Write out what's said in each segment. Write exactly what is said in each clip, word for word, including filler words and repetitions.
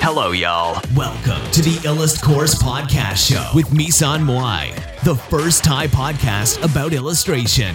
Hello, y'all. Welcome to the Illust Course Podcast Show with Misan Moai, the first Thai podcast about illustration.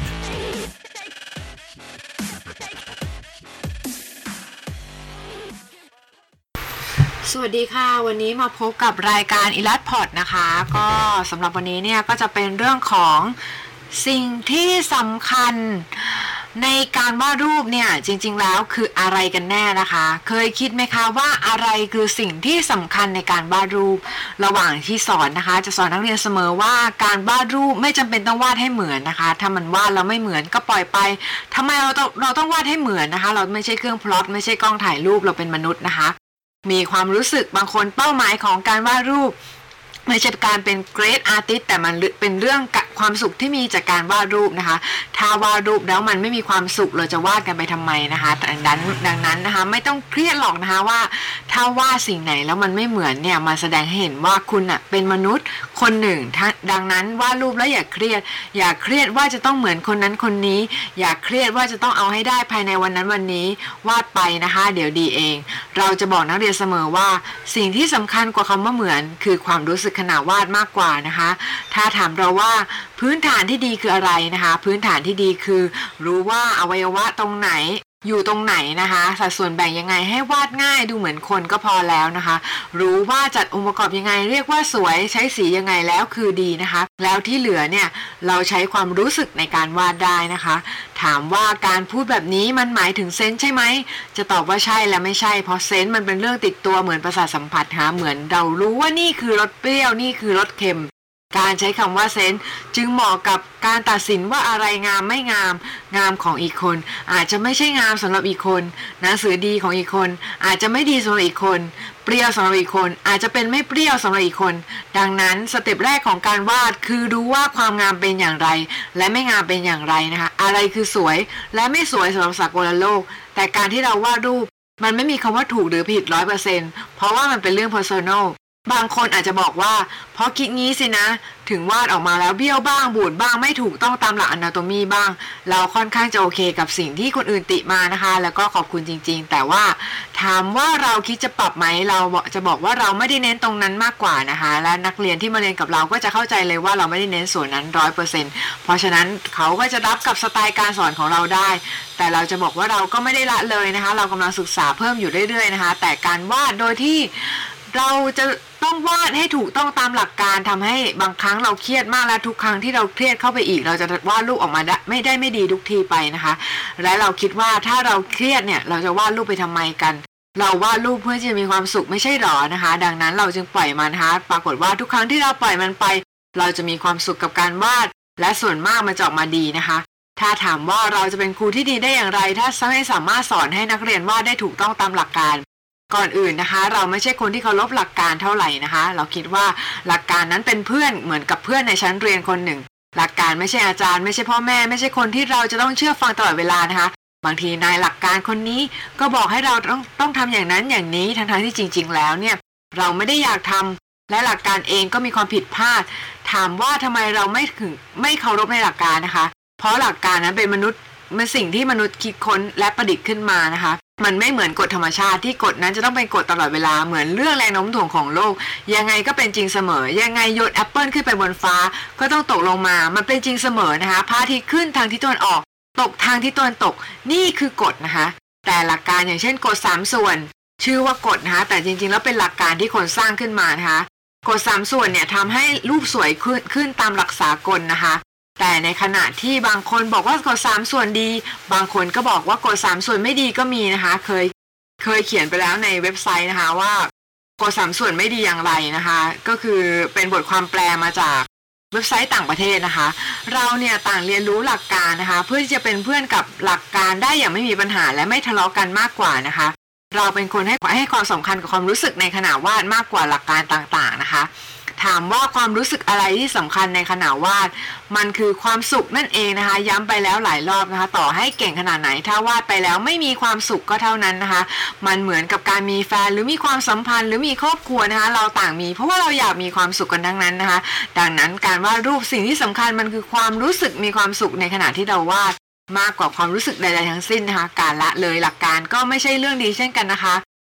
สวัสดีค่ะวันนี้มาพบกับรายการ Illust Pod นะคะก็สำหรับวันนี้เนี่ยก็จะเป็นเรื่องของสิ่งที่สำคัญในการวาดรูปเนี่ยจริงๆแล้วคืออะไรกันแน่นะคะเคยคิดไหมคะว่าอะไรคือสิ่งที่สำคัญในการวาดรูประหว่างที่สอนนะคะจะสอนนักเรียนเสมอว่าการวาดรูปไม่จำเป็นต้องวาดให้เหมือนนะคะถ้ามันวาดแล้วไม่เหมือนก็ปล่อยไปทำไมเราต้องเราต้องวาดให้เหมือนนะคะเราไม่ใช่เครื่องพล็อตไม่ใช่กล้องถ่ายรูปเราเป็นมนุษย์นะคะมีความรู้สึกบางคนเป้าหมายของการวาดรูปไม่ใช่การเป็น great artist แต่มันเป็นเรื่องความสุขที่มีจากการวาดรูปนะคะถ้าวาดรูปแล้วมันไม่มีความสุขเราจะวาดกันไปทำไมนะคะดังนั้นดังนั้นนะคะไม่ต้องเครียดหรอกนะคะว่าถ้าวาดสิ่งไหนแล้วมันไม่เหมือนเนี่ยมาแสดงให้เห็นว่าคุณอ่ะเป็นมนุษย์คนหนึ่งดังนั้นวาดรูปแล้วอย่าเครียดอย่าเครียดว่าจะต้องเหมือนคนนั้นคนนี้อย่าเครียดว่าจะต้องเอาให้ได้ภายในวันนั้นวันนี้วาดไปนะคะเดี๋ยวดีเองเราจะบอกนักเรียนเสมอว่าสิ่งที่สำคัญกว่าคำว่าเหมือนคือความรู้สึกขณะวาดมากกว่านะคะถ้าถามเราว่าพื้นฐานที่ดีคืออะไรนะคะพื้นฐานที่ดีคือรู้ว่าอวัยวะตรงไหนอยู่ตรงไหนนะคะสัดส่วนแบ่งยังไงให้วาดง่ายดูเหมือนคนก็พอแล้วนะคะรู้ว่าจัดองค์ประกอบยังไงเรียกว่าสวยใช้สียังไงแล้วคือดีนะคะแล้วที่เหลือเนี่ยเราใช้ความรู้สึกในการวาดได้นะคะถามว่าการพูดแบบนี้มันหมายถึงเซนส์ใช่ไหมจะตอบว่าใช่และไม่ใช่เพราะเซนส์มันเป็นเรื่องติดตัวเหมือนประสาทสัมผัสค่ะเหมือนเรารู้ว่านี่คือรสเปรี้ยวนี่คือรสเค็มการใช้คำว่าเซนส์จึงเหมาะกับการตัดสินว่าอะไรงามไม่งามงามของอีกคนอาจจะไม่ใช่งามสำหรับอีกคนหนังสือดีของอีกคนอาจจะไม่ดีสำหรับอีกคนเปรี้ยวสำหรับอีกคนอาจจะเป็นไม่เปรี้ยวสำหรับอีกคนดังนั้นสเต็ปแรกของการวาดคือรู้ว่าความงามเป็นอย่างไรและไม่งามเป็นอย่างไรนะคะอะไรคือสวยและไม่สวยสำหรับสากลโลกแต่การที่เราวาดรูปมันไม่มีคำว่าถูกหรือผิด ร้อยเปอร์เซ็นต์ เพราะว่ามันเป็นเรื่อง personalบางคนอาจจะบอกว่าเพราะคิดงี้สินะถึงวาดออกมาแล้วเบี้ยวบ้างบูดบ้างไม่ถูกต้องตามหลักอนาโตมีบ้างเราค่อนข้างจะโอเคกับสิ่งที่คนอื่นติมานะคะแล้วก็ขอบคุณจริงๆแต่ว่าถามว่าเราคิดจะปรับไหมเราจะบอกว่าเราไม่ได้เน้นตรงนั้นมากกว่านะคะและนักเรียนที่มาเรียนกับเราก็จะเข้าใจเลยว่าเราไม่ได้เน้นส่วนนั้น ร้อยเปอร์เซ็นต์ เพราะฉะนั้นเขาก็จะรับกับสไตล์การสอนของเราได้แต่เราจะบอกว่าเราก็ไม่ได้ละเลยนะคะเรากำลังศึกษาเพิ่มอยู่เรื่อยๆนะคะแต่การวาดโดยที่เราจะต้องวาดให้ถูกต้องตามหลักการทำให้บางครั้งเราเครียดมากและทุกครั้งที่เราเครียดเข้าไปอีกเราจะวาดรูปออกมาได้ไม่ได้ไม่ดีทุกทีไปนะคะและเราคิดว่าถ้าเราเครียดเนี่ยเราจะวาดรูปไปทำไมกันเราวาดรูปเพื่อจะมีความสุขไม่ใช่หรอนะคะดังนั้นเราจึงปล่อยมันนะคะปรากฏว่าทุกครั้งที่เราปล่อยมันไปเราจะมีความสุขกับการวาดและส่วนมากมันจะออกมาดีนะคะถ้าถามว่าเราจะเป็นครูที่ดีได้อย่างไรถ้าไม่สามารถสอนให้นักเรียนวาดได้ถูกต้องตามหลักการก่อนอื่นนะคะเราไม่ใช่คนที่เคารพหลักการเท่าไหร่นะคะเราคิดว่าหลักการนั้นเป็นเพื่อนเหมือนกับเพื่อนในชั้นเรียนคนหนึ่งหลักการไม่ใช่อาจารย์ไม่ใช่พ่อแม่ไม่ใช่คนที่เราจะต้องเชื่อฟังตลอดเวลานะคะบางทีนายหลักการคนนี้ก็บอกให้เราต้องต้องทำอย่างนั้นอย่างนี้ทั้งๆที่จริงๆแล้วเนี่ยเราไม่ได้อยากทำและหลักการเองก็มีความผิดพลาดถามว่าทำไมเราไม่ถึงไม่เคารพในหลักการนะคะเพราะหลักการนั้นเป็นมนุษย์เป็นสิ่งที่มนุษย์คิดค้นและประดิษฐ์ขึ้นมานะคะมันไม่เหมือนกฎธรรมชาติที่กฎนั้นจะต้องเป็นกฎตลอดเวลาเหมือนเรื่องแรงโน้มถ่วงของโลกยังไงก็เป็นจริงเสมอยังไงโยนแอปเปิลขึ้นไปบนฟ้าก็ต้องตกลงมามันเป็นจริงเสมอนะคะพระอาทิตย์ขึ้นทางทิศตะวันออกตกทางทิศตะวันตกนี่คือกฎนะคะแต่หลักการอย่างเช่นกฎสามส่วนชื่อว่ากฎนะคะแต่จริงๆแล้วเป็นหลักการที่คนสร้างขึ้นมานะคะกฎสามส่วนเนี่ยทำให้รูปสวยขึ้นขึ้นตามหลักสากลนะคะแต่ในขณะที่บางคนบอกว่ากฎสามส่วนดีบางคนก็บอกว่ากฎสามส่วนไม่ดีก็มีนะคะเคยเคยเขียนไปแล้วในเว็บไซต์นะคะว่ากฎสามส่วนไม่ดีอย่างไรนะคะก็คือเป็นบทความแปลมาจากเว็บไซต์ต่างประเทศนะคะเราเนี่ยต่างเรียนรู้หลักการนะคะเพื่อที่จะเป็นเพื่อนกับหลักการได้อย่างไม่มีปัญหาและไม่ทะเลาะกันมากกว่านะคะเราเป็นคนให้ให้ความสำคัญกับความรู้สึกในขณะวาดมากกว่าหลักการต่างๆนะคะถามว่าความรู้สึกอะไรที่สำคัญในขณะวาดมันคือความสุขนั่นเองนะคะย้ำไปแล้วหลายรอบนะคะต่อให้เก่งขนาดไหนถ้าวาดไปแล้วไม่มีความสุขก็เท่านั้นนะคะมันเหมือนกับการมีแฟนหรือมีความสัมพันธ์หรือมีครอบครัวนะคะเราต่างมีเพราะว่าเราอยากมีความสุขกันทั้งนั้นนะคะดังนั้นการวาดรูปสิ่งที่สำคัญมันคือความรู้สึกมีความสุขในขณะที่เราวาดมากกว่าความรู้สึกใดๆทั้งสิ้นนะคะการละเลยหลักการก็ไม่ใช่เรื่องดีเช่นกันนะคะ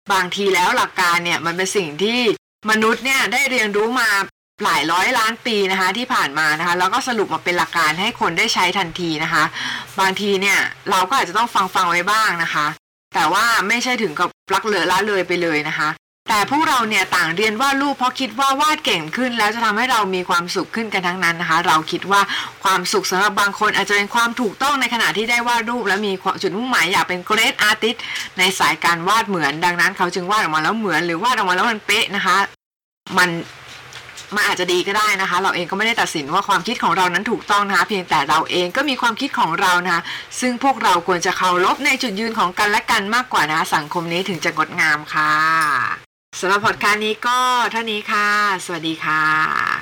บางทีแล้วหลักการเนี่ยมันเป็นสิ่งที่มนุษย์เนี่ยได้เรียนรู้มาหลายร้อยล้านปีนะคะที่ผ่านมานะคะแล้วก็สรุปมาเป็นหลักการให้คนได้ใช้ทันทีนะคะบางทีเนี่ยเราก็อาจจะต้องฟังฟังไว้บ้างนะคะแต่ว่าไม่ใช่ถึงกับลักเลอะละเลยไปเลยนะคะแต่พวกเราเนี่ยต่างเรียนวาดรูปเพราะคิดว่าวาดเก่งขึ้นแล้วจะทำให้เรามีความสุขขึ้นกันทั้งนั้นนะคะเราคิดว่าความสุขสำหรับบางคนอาจจะเป็นความถูกต้องในขณะที่ได้วาดรูปและมีจุดมุ่งหมายอยากเป็น Great Artist ในสายการวาดเหมือนดังนั้นเขาจึงวาดออกมาแล้วเหมือนหรือวาดออกมาแล้วมันเป๊ะนะคะมันมันอาจจะดีก็ได้นะคะเราเองก็ไม่ได้ตัดสินว่าความคิดของเรานั้นถูกต้องนะคะเพียงแต่เราเองก็มีความคิดของเรานะคะซึ่งพวกเราควรจะเคารพในจุดยืนของกันและกันมากกว่านะสังคมนี้ถึงจะงดงามค่ะสำหรับพอดคาสต์นี้ก็เท่านี้ค่ะสวัสดีค่ะ